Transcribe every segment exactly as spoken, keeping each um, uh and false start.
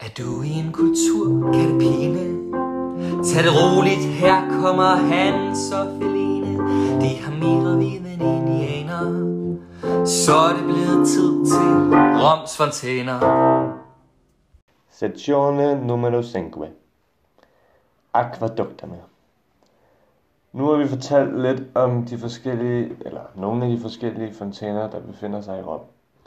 Er du i en kultur, kan det pine? Tag det roligt, her kommer Hans og Feline. De har mikreviden indianer. Så er det blevet tid til Roms fontæner. Sezione numero cinque. Akvædukterne. Nu har vi fortalt lidt om de forskellige, eller nogle af de forskellige fontæner, der befinder sig i Rom.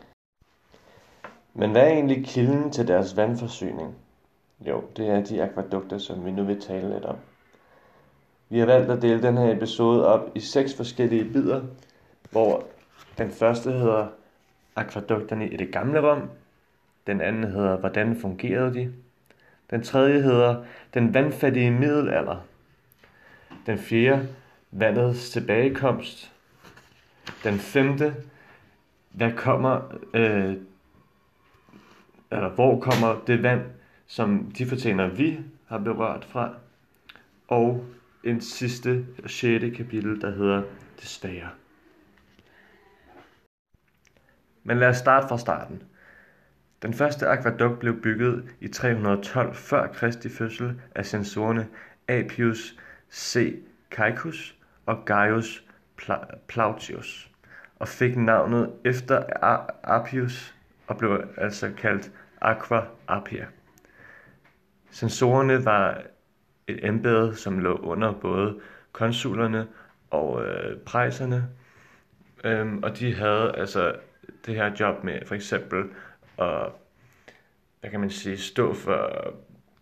Men hvad er egentlig kilden til deres vandforsyning? Jo, det er de akvædukter, som vi nu vil tale lidt om. Vi har valgt at dele den her episode op i seks forskellige bidder, hvor den første hedder akvædukterne i det gamle Rom. Den anden hedder, hvordan fungerede de? Den tredje hedder, den vandfattige middelalder. Den fjerde, vandets tilbagekomst. Den femte, hvad kommer, øh, eller hvor kommer det vand, som de fontæner, vi har berørt fra. Og en sidste, sjette kapitel, der hedder det svære. Men lad os starte fra starten. Den første akvædukt blev bygget i tre hundrede og tolv før Kristi fødsel af censorerne Appius C. Caecus og Gaius Plautius, og fik navnet efter Appius og blev altså kaldt Aqua Appia. Censorerne var et embede, som lå under både konsulerne og øh, prejserne, øhm, og de havde altså det her job med for eksempel at, hvad kan man sige, stå for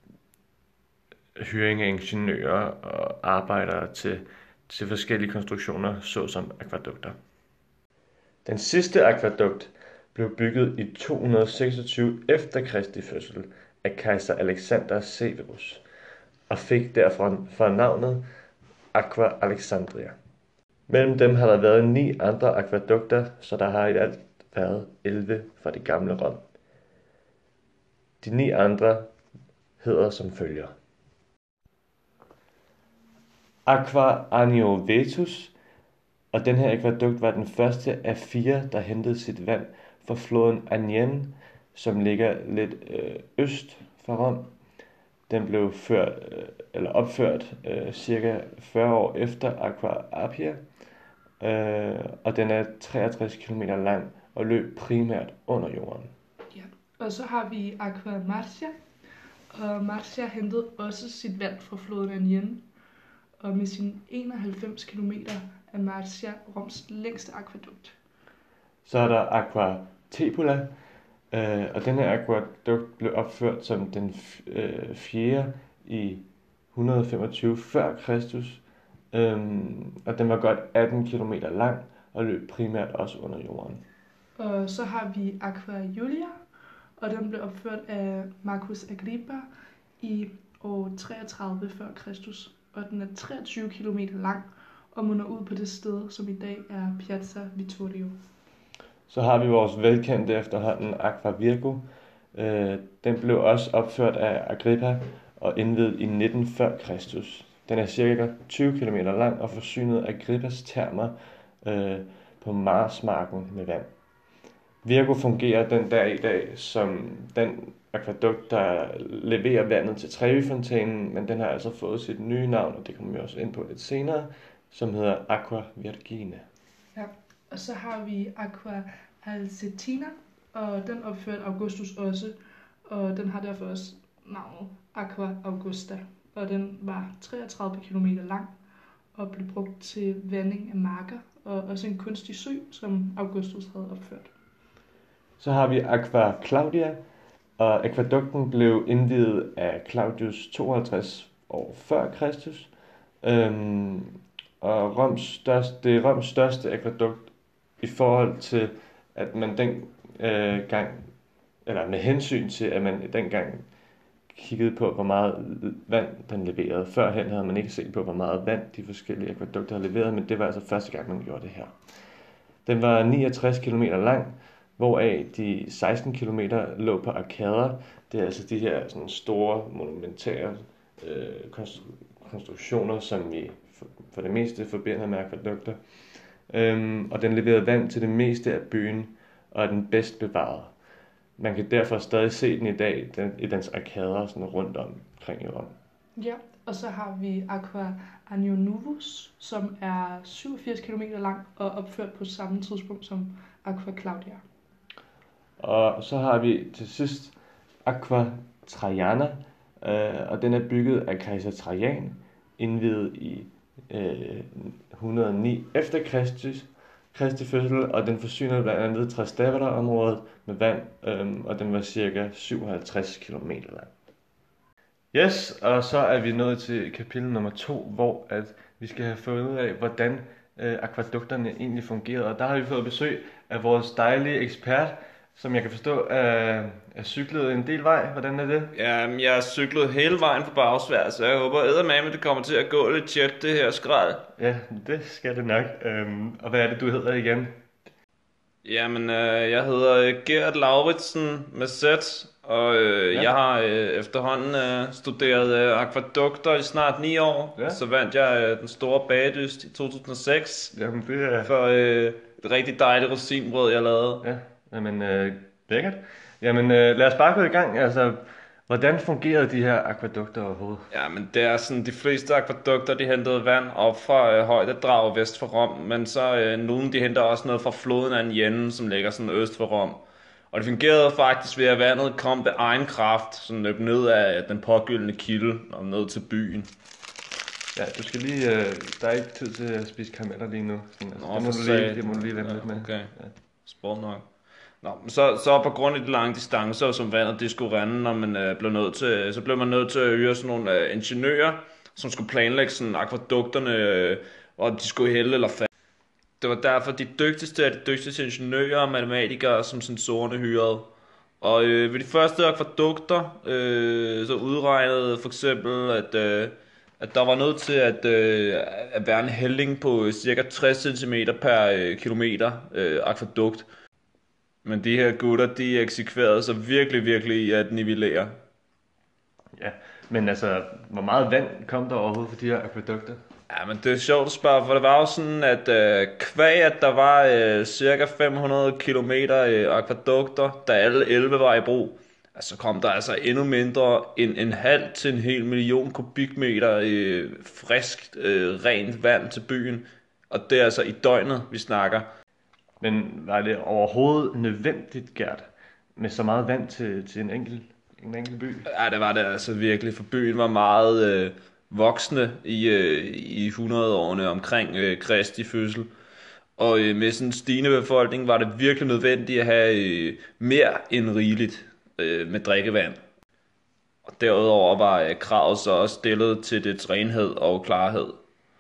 hyring af ingeniører og arbejdere til, til forskellige konstruktioner, såsom akvædukter. Den sidste akvædukt blev bygget i to hundrede og seksogtyve efter Kristi fødsel af kejser Alexander Severus, og fik derfor for navnet Aqua Alexandria. Mellem dem har der været ni andre akvædukter, så der har i alt været elleve fra det gamle Rom. De ni andre hedder som følger. Aqua Anio Vetus, og den her akvædukt var den første af fire, der hentede sit vand fra floden Anien, som ligger lidt øh, øst for Rom. Den blev ført, øh, eller opført øh, cirka fyrre år efter Aqua Appia, øh, og den er treogtres kilometer lang og løb primært under jorden. Ja, og så har vi Aqua Marcia, og Marcia hentede også sit vand fra floden Anien, og med sine enoghalvfems kilometer er Marcia Roms længste akvædukt. Så er der Aqua Tepula, øh, og denne akvædukt blev opført som den øh, fjerde i et hundrede og femogtyve før Kristus, øh, og den var godt atten kilometer lang og løb primært også under jorden. Og så har vi Aqua Julia, og den blev opført af Marcus Agrippa i år treogtredive før Kristus, og den er treogtyve kilometer lang og munder ud på det sted, som i dag er Piazza Vittorio. Så har vi vores velkendte efterhånden Aqua Virgo. Øh, den blev også opført af Agrippa og indviet i nitten før Kristus. Den er cirka tyve kilometer lang og forsynet af Agrippas termer øh, på Marsmarken med vand. Virgo fungerer den dag i dag som den akvædukt, der leverer vandet til Trevi-fontænen, men den har altså fået sit nye navn, og det kommer vi også ind på lidt senere, som hedder Aqua Vergine. Ja, og så har vi Aqua Alcetina, og den opførte Augustus også, og den har derfor også navnet Aqua Augusta, og den var treogtredive kilometer lang og blev brugt til vanding af marker, og også en kunstig sø, som Augustus havde opført. Så har vi Aqua Claudia, og akvædukten blev indviet af Claudius tooghalvtreds år før Kristus, øhm, og Roms største, det er Roms største akvædukt i forhold til, at man den øh, gang, eller med hensyn til, at man dengang kiggede på, hvor meget vand den leverede. Førhen havde man ikke set på, hvor meget vand de forskellige akvædukter havde leveret, men det var altså første gang, man gjorde det her. Den var niogtres kilometer lang, hvoraf de seksten kilometer lå på arkader. Det er altså de her sådan store, monumentære øh, konstruktioner, som vi for, for det meste forbinder med akvædukter. Øhm, og den leverede vand til det meste af byen, og er den bedst bevarede. man kan derfor stadig se den i dag den, i dens arkader sådan rundt omkring i Rom. Ja, og så har vi Aqua Anio Novus, som er syvogfirs kilometer lang og opført på samme tidspunkt som Aqua Claudia. Og så har vi til sidst Aqua Traiana, øh, og den er bygget af kejser Trajan, indviet i øh, et hundrede og ni efter Kristus, Kristi fødsel, og den forsyner blandt andet Trastevere-området med vand, øh, og den var cirka syvoghalvtreds kilometer lang. Yes, og så er vi nået til kapitel nummer to, hvor at vi skal have fundet ud af, hvordan øh, akvadukterne egentlig fungerede. Og der har vi fået besøg af vores dejlige ekspert, som jeg kan forstå er, er cyklet en del vej. Hvordan er det? Jamen, jeg har cyklet hele vejen på Bagsværd, så jeg håber eddermame, det kommer til at gå lidt tjek, det her skrald. Ja, det skal det nok. Øhm, og hvad er det, du hedder igen? Jamen, øh, jeg hedder Gert Lauritsen med Z, og øh, ja. jeg har øh, efterhånden øh, studeret øh, akvadukter i snart ni år. Ja. Så vandt jeg øh, den store bagdyst i to tusind og seks. Jamen, det er... For øh, et rigtig dejligt rosinbrød, jeg lavede. Ja, jamen, øh, lækkert. Jamen, øh, lad os bare gå i gang. Altså, hvordan fungerede de her akvadukter overhovedet? Ja, men det er sådan, de fleste akvadukter, de hentede vand op fra øh, højdedrag vest for Rom, men så øh, nogle, de henter også noget fra floden af Jen, som ligger sådan øst for Rom. Og det fungerede faktisk ved, at vandet kom ved egen kraft, sådan løb ned af den pågyldne kilde og ned til byen. Ja, du skal lige, øh, der er ikke tid til at spise karameller lige nu. Sådan, altså, Nå, det, må du lige, det må du lige vente ja, lidt med. Okay, ja. Sport nok. Nå, så, så på grund af de lange distancer, som vandet det skulle rende, når man øh, blev nødt til, så blev man nødt til at hyre sådan nogle øh, ingeniører, som skulle planlægge sådan akvadukterne, øh, og de skulle hælde eller fast. Det var derfor de dygtigste af de dygtigste ingeniører og matematikere, som sensorerne hyrede. Og øh, ved de første akvadukter, øh, så udregnede for eksempel, at, øh, at der var nødt til at, øh, at være en hældning på cirka tres centimeter per øh, kilometer øh, akvadukt. Men de her gutter, de eksekverede sig virkelig, virkelig i at nivellere. Ja, men altså, hvor meget vand kom der overhovedet for de her akvadukter? Ja, men det er sjovt at spørge, for det var jo sådan, at øh, kvæg, at der var øh, cirka fem hundrede kilometer øh, akvadukter, da alle elleve var i brug. Altså kom der altså endnu mindre end en halv til en hel million kubikmeter øh, frisk, øh, rent vand til byen. Og det er altså i døgnet, vi snakker. Men var det overhovedet nødvendigt, Gert, med så meget vand til, til en enkelt, en enkelt by? Ja, det var det altså virkelig, for byen var meget øh, voksne i, øh, i hundrede-årene omkring øh, Kristi fødsel. Og øh, med sådan en stigende befolkning var det virkelig nødvendigt at have øh, mere end rigeligt øh, med drikkevand. Og derudover var øh, kravet så også stillet til dets renhed og klarhed.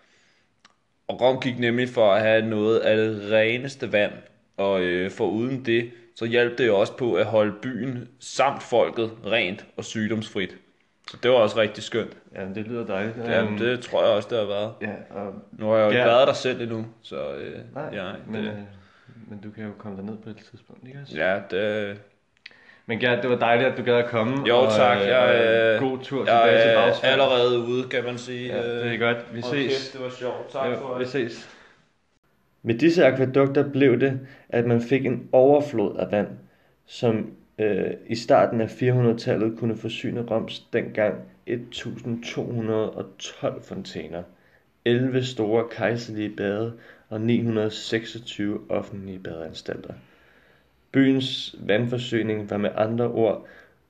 Og Rom gik nemlig for at have noget af det reneste vand, og øh, foruden det, så hjalp det jo også på at holde byen samt folket rent og sygdomsfrit. Så det var også rigtig skønt. Ja, det lyder dejligt. Ja, um, det tror jeg også, det har været. Ja, og nu har jeg jo ikke ja. været der selv endnu, så øh, nej, ja, men, det... øh, men du kan jo komme derned på et tidspunkt, ikke også? Ja, det... Men Gert, det var dejligt, at du gad at komme. Jo, tak. Og, jeg, og god tur jeg, tilbage jeg til er Bagsværd. allerede ude, kan man sige. Ja, det er godt. Vi ses. Kæft, det var sjovt. Tak ja, for vi det. ses. Med disse akvadukter blev det, at man fik en overflod af vand, som øh, i starten af fire hundrede-tallet kunne forsyne Roms dengang et tusind to hundrede og tolv fontæner, elleve store kejserlige bade og ni hundrede og seksogtyve offentlige badeanstalter. Byens vandforsyning var med andre ord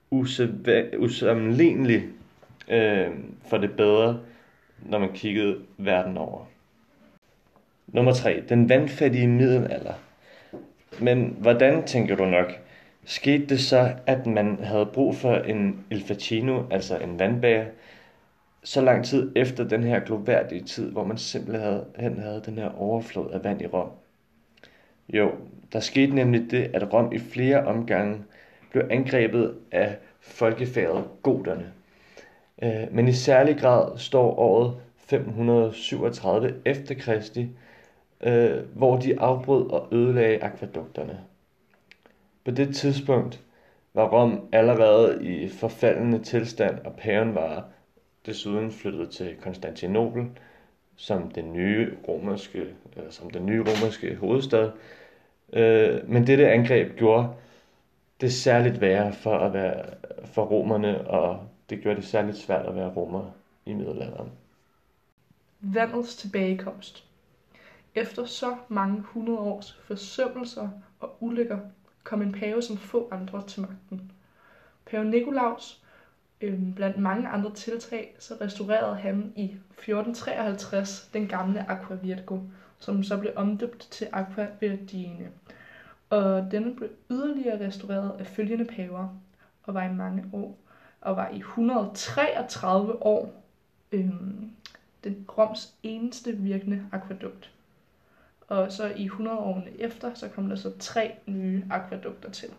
usammenlignelig øh, for det bedre, når man kiggede verden over. Nummer tre. Den vandfattige middelalder. Men hvordan, tænker du nok, skete det så, at man havde brug for en il facino, altså en vandbager, så lang tid efter den her gloværdige tid, hvor man simpelthen havde, havde den her overflod af vand i Rom? Jo, der skete nemlig det, at Rom i flere omgange blev angrebet af folkefærdet goterne. Men i særlig grad står året fem hundrede syvogtredive efter Kristi, hvor de afbrød og ødelagde akvadukterne. På det tidspunkt var Rom allerede i forfaldende tilstand, og paven var desuden flyttet til Konstantinopel som den nye romerske, som den nye romerske hovedstad. Men dette angreb gjorde, det særligt være for at være for romerne, og det gjorde det særligt svært at være romer i middelalderen. Vandets tilbagekomst. Efter så mange hundrede års forsømmelser og ulykker kom en pave som få andre til magten. Pave Nikolaus, øh, blandt mange andre tiltag, så restaurerede han i fjorten treoghalvtreds den gamle Aqua Virgo, som så blev omdøbt til Aqua Vergine. Og denne blev yderligere restaureret af følgende paver, og var i mange år, og var i et hundrede og treogtredive år øh, den Roms eneste virkende akvædukt. Og så i hundrede årene efter, så kom der så tre nye akvædukter til.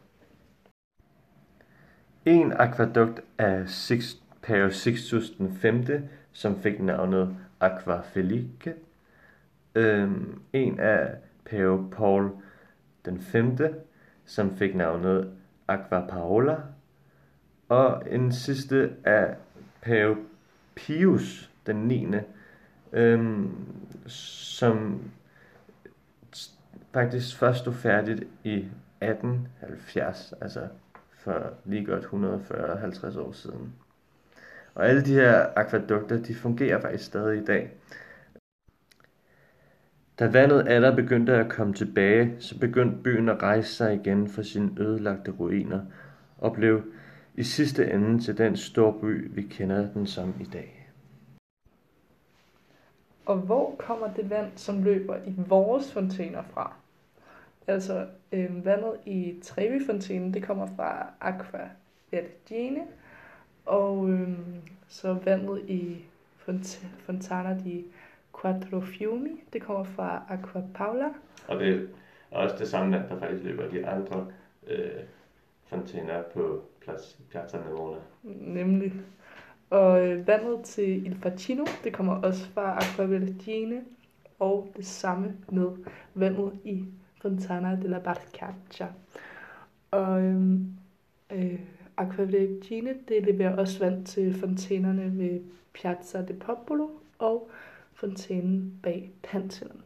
En akvædukt af Sixt, pave Sixtus den femte, som fik navnet Aqua Felice. Øhm, en af pave Paul den femte, som fik navnet Aqua Paola. Og en sidste af pave Pius den niende, øhm, som faktisk først stod færdigt i atten halvfjerds, altså for lige godt et hundrede og fyrre til halvtreds år siden. Og alle de her akvædukter, de fungerer faktisk stadig i dag. Da vandet atter begyndte at komme tilbage, så begyndte byen at rejse sig igen fra sine ødelagte ruiner, og blev i sidste ende til den storby, vi kender den som i dag. Og hvor kommer det vand, som løber i vores fontæner fra? Altså øh, vandet i Trevi-fontænen, det kommer fra Aqua Vergine, og øh, så vandet i Font- Fontana di Quattro Fiumi, det kommer fra Aqua Paola. Og det er også det samme vand, der faktisk løber i de andre øh, fontæner på Piazza Navona. Nemlig. Og øh, vandet til Il Facino, det kommer også fra Aqua Vergine, og det samme med vandet i Fontana della Barcaccia. Og øh, øh, Aqua Vergine, det leverer også vand til fontænerne ved Piazza del Popolo og fontænen bag Pantheon.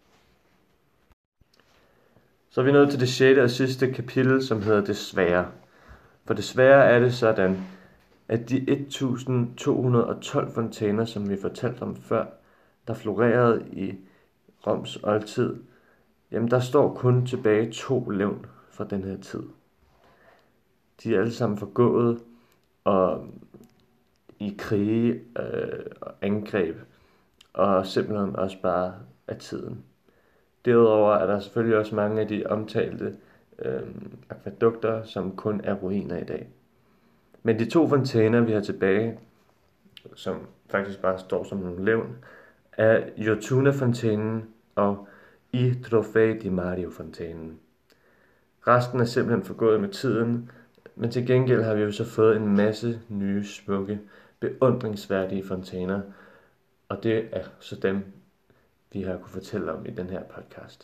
Så er vi nået til det sjette og sidste kapitel, som hedder Desværre. For desværre er det sådan, at de et tusind to hundrede og tolv fontæner, som vi fortalte om før, der florerede i Roms oldtid, jamen der står kun tilbage to levn fra den her tid. De er alle sammen forgået og i krige øh, og angreb, og simpelthen også bare af tiden. Derudover er der selvfølgelig også mange af de omtalte øh, akvædukter, som kun er ruiner i dag. Men de to fontæner, vi har tilbage, som faktisk bare står som nogle levn, er Iotuna-fontænen og I Trofei di Mario-fontænen. Resten er simpelthen forgået med tiden, men til gengæld har vi jo så fået en masse nye, smukke, beundringsværdige fontæner, og det er så dem, vi har kunne fortælle om i den her podcast.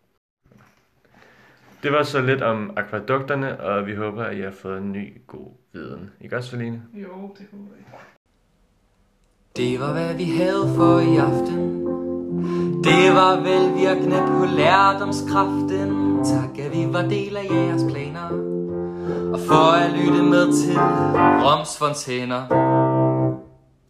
Det var så lidt om akvædukterne, og vi håber, at I har fået en ny, god viden. Ikke også, Feline? Jo, det håber jeg. Det var hvad vi havde for i aften. Det var velvirkende på lærdomskraften. Tak at vi var del af jeres planer, og for at lytte med til Roms fontæner.